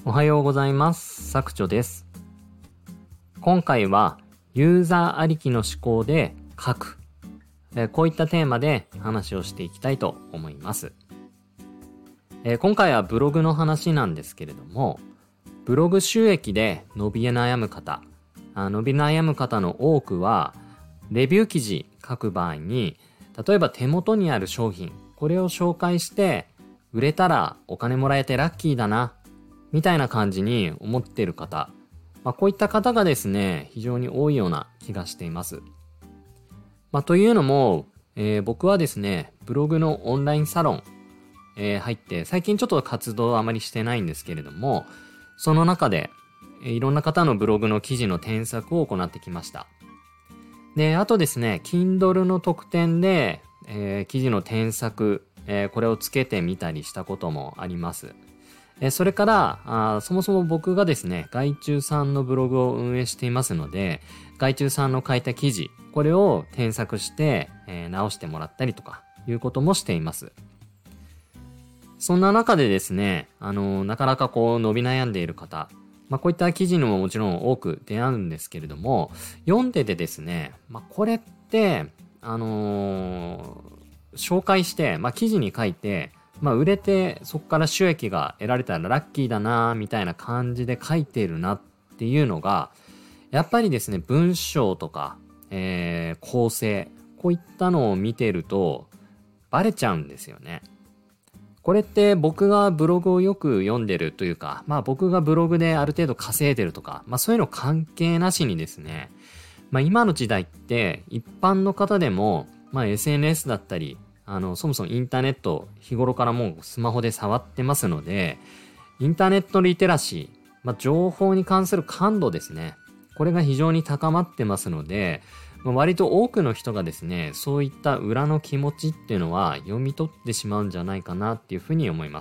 おはようございます。作長です。今回はユーザーありきの思考で書く、こういったテーマで話をしていきたいと思います。今回はブログの話なんですけれども、ブログ収益で伸び悩む方の多くはレビュー記事書く場合に、例えば手元にある商品、これを紹介して売れたらお金もらえてラッキーだなみたいな感じに思っている方、こういった方がですね、非常に多いような気がしています。というのも、僕はですね、ブログのオンラインサロン、入って最近ちょっと活動はあまりしてないんですけれども、その中で、いろんな方のブログの記事の添削を行ってきました。で、あとですね、Kindle の特典で、記事の添削、これをつけてみたりしたこともあります。それからそもそも僕がですね、外注さんのブログを運営していますので、外注さんの書いた記事、これを添削して、直してもらったりとかいうこともしています。そんな中でですね、なかなか伸び悩んでいる方、こういった記事にももちろん多く出会うんですけれども、読んでてですね、これって紹介して、記事に書いて、売れてそこから収益が得られたらラッキーだなみたいな感じで書いているなっていうのが、やっぱりですね、文章とか、構成、こういったのを見てるとバレちゃうんですよね。これって僕がブログをよく読んでるというか、僕がブログである程度稼いでるとか、そういうの関係なしにですね、今の時代って一般の方でも、SNS だったり、そもそもインターネット日頃からもうスマホで触ってますので、インターネットリテラシー、情報に関する感度ですね。これが非常に高まってますので、割と多くの人がですね、そういった裏の気持ちっていうのは読み取ってしまうんじゃないかなっていうふうに思います。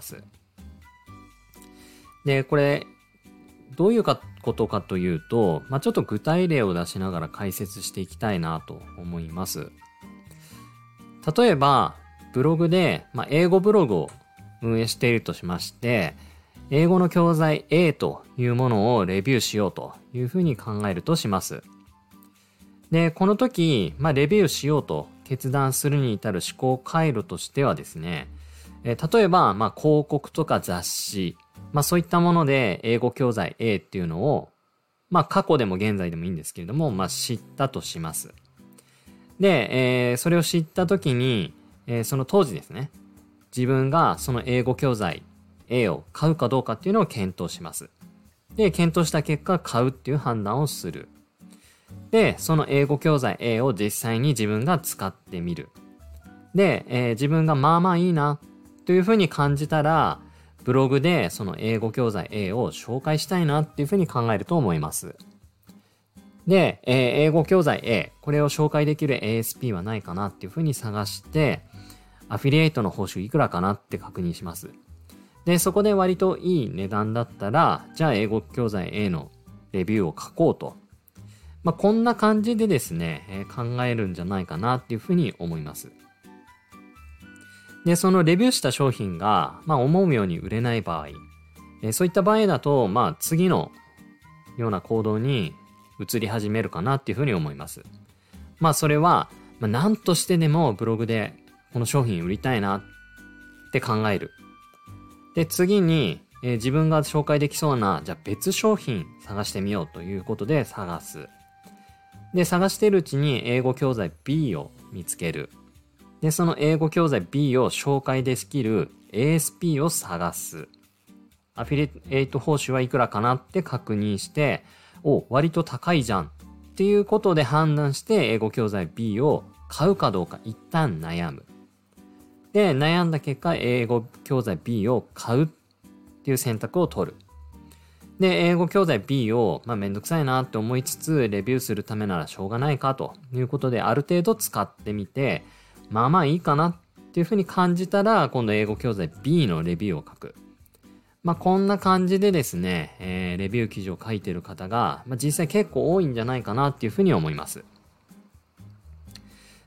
で、これ、どういうことかというと、ちょっと具体例を出しながら解説していきたいなと思います。例えば、ブログで、英語ブログを運営しているとしまして、英語の教材 A というものをレビューしようというふうに考えるとします。で、この時、レビューしようと決断するに至る思考回路としてはですね、例えば、広告とか雑誌、そういったもので英語教材 A っていうのを、過去でも現在でもいいんですけれども、知ったとします。で、それを知った時に、その当時ですね、自分がその英語教材 A を買うかどうかっていうのを検討します。で、検討した結果、買うっていう判断をする。で、その英語教材 A を実際に自分が使ってみる。で、自分がいいなというふうに感じたら、ブログでその英語教材 A を紹介したいなっていうふうに考えると思います。で、英語教材 A、これを紹介できる ASP はないかなっていうふうに探して、アフィリエイトの報酬いくらかなって確認します。で、そこで割といい値段だったら、じゃあ英語教材 A のレビューを書こうと。こんな感じでですね、考えるんじゃないかなっていうふうに思います。で、そのレビューした商品が、思うように売れない場合、そういった場合だと、次のような行動に移り始めるかなっていうふうに思います。それは、何としてでもブログでこの商品売りたいなって考える。で、次に、自分が紹介できそうな、じゃあ別商品探してみようということで探す。で、探しているうちに英語教材 B を見つける。で、その英語教材 B を紹介できる ASP を探す。アフィリエイト報酬はいくらかなって確認して、割と高いじゃんっていうことで判断して英語教材 B を買うかどうか一旦悩む。で、悩んだ結果、英語教材 B を買うっていう選択を取る。で、英語教材 B を、めんどくさいなって思いつつ、レビューするためならしょうがないかということで、ある程度使ってみて、いいかなっていうふうに感じたら、今度英語教材 B のレビューを書く。こんな感じでですね、レビュー記事を書いている方が、実際結構多いんじゃないかなっていうふうに思います。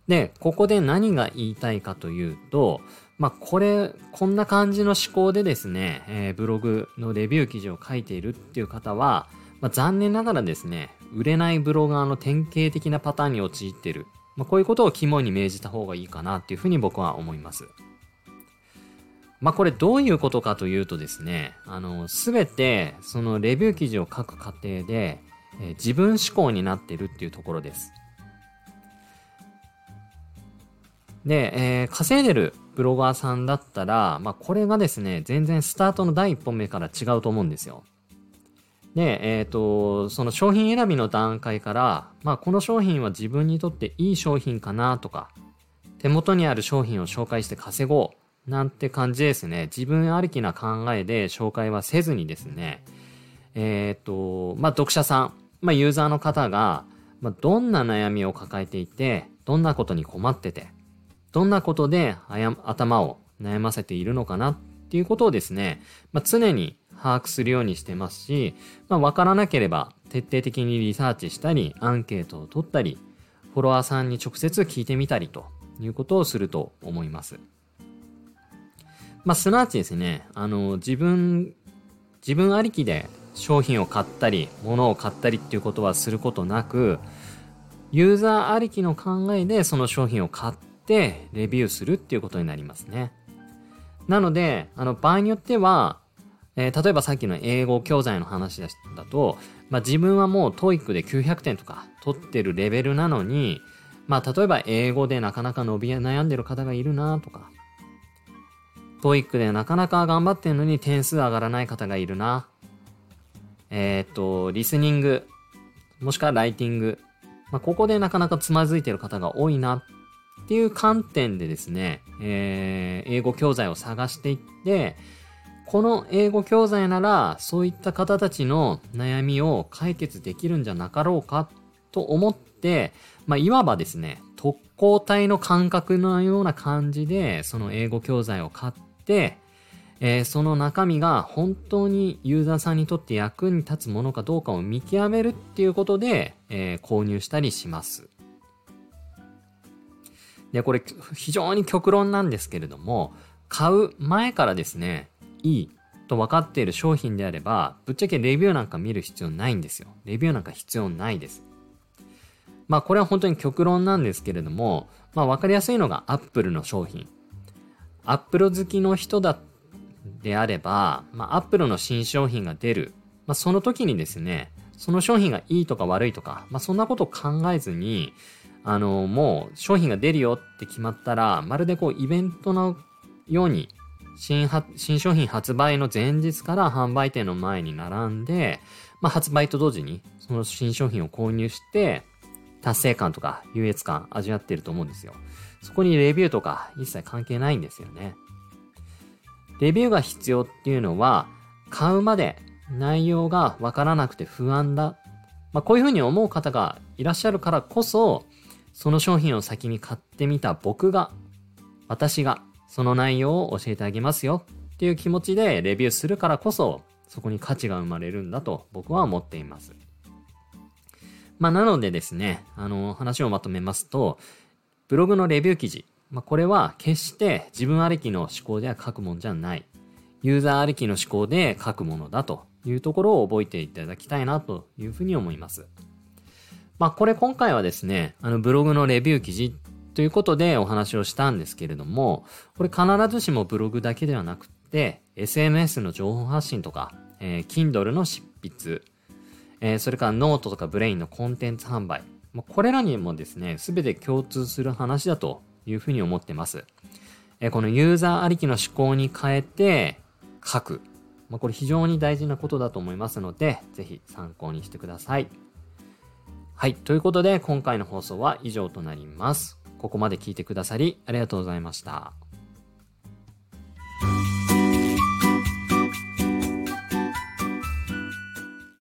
で、ここで何が言いたいかというと、こんな感じの思考でですね、ブログのレビュー記事を書いているっていう方は、残念ながらですね、売れないブロガーの典型的なパターンに陥っている。こういうことを肝に銘じた方がいいかなっていうふうに僕は思います。これどういうことかというとですね、すべてそのレビュー記事を書く過程で、自分思考になっているっていうところです。で、稼いでるブロガーさんだったら、これがですね、全然スタートの第一歩目から違うと思うんですよ。で、その商品選びの段階から、この商品は自分にとっていい商品かなとか、手元にある商品を紹介して稼ごうなんて感じですね。自分ありきな考えで紹介はせずにですね、読者さん、ユーザーの方が、どんな悩みを抱えていて、どんなことに困ってて、どんなことで頭を悩ませているのかなっていうことをですね、常に把握するようにしてますし、わからなければ徹底的にリサーチしたり、アンケートを取ったり、フォロワーさんに直接聞いてみたりということをすると思います。すなわちですね、自分ありきで商品を買ったり、物を買ったりっていうことはすることなく、ユーザーありきの考えでその商品を買ってレビューするっていうことになりますね。なので、場合によっては、例えばさっきの英語教材の話だと、自分はもう TOEIC で900点とか取ってるレベルなのに、例えば英語でなかなか伸び悩んでる方がいるなとか、TOEIC でなかなか頑張ってるのに点数上がらない方がいるな。リスニング、もしくはライティング。ここでなかなかつまずいてる方が多いなっていう観点でですね、英語教材を探していって、この英語教材ならそういった方たちの悩みを解決できるんじゃなかろうかと思って、いわばですね、特攻隊の感覚のような感じでその英語教材を買って、その中身が本当にユーザーさんにとって役に立つものかどうかを見極めるっていうことで、購入したりします。で、これ非常に極論なんですけれども、買う前からですね、いいと分かっている商品であれば、ぶっちゃけレビューなんか見る必要ないんですよ。レビューなんか必要ないです。これは本当に極論なんですけれども、分かりやすいのが Apple の商品。Apple 好きの人であれば、Apple の新商品が出る。その時にですね、その商品がいいとか悪いとか、そんなことを考えずに、もう商品が出るよって決まったら、まるでイベントのように、新商品発売の前日から販売店の前に並んで、発売と同時にその新商品を購入して、達成感とか優越感味わっていると思うんですよ。そこにレビューとか一切関係ないんですよね。レビューが必要っていうのは、買うまで内容がわからなくて不安だ。こういうふうに思う方がいらっしゃるからこそ、その商品を先に買ってみた私がその内容を教えてあげますよっていう気持ちでレビューするからこそ、そこに価値が生まれるんだと僕は思っています。なのでですね、話をまとめますと、ブログのレビュー記事、これは決して自分ありきの思考では書くもんじゃない。ユーザーありきの思考で書くものだというところを覚えていただきたいなというふうに思います。これ今回はですね、ブログのレビュー記事ということでお話をしたんですけれども、これ必ずしもブログだけではなくて、SNS の情報発信とか、Kindle の執筆、それからノートとかブレインのコンテンツ販売、これらにもですね、すべて共通する話だというふうに思ってます。このユーザーありきの思考に変えて書く。これ非常に大事なことだと思いますので、ぜひ参考にしてください。はい。ということで、今回の放送は以上となります。ここまで聞いてくださりありがとうございました。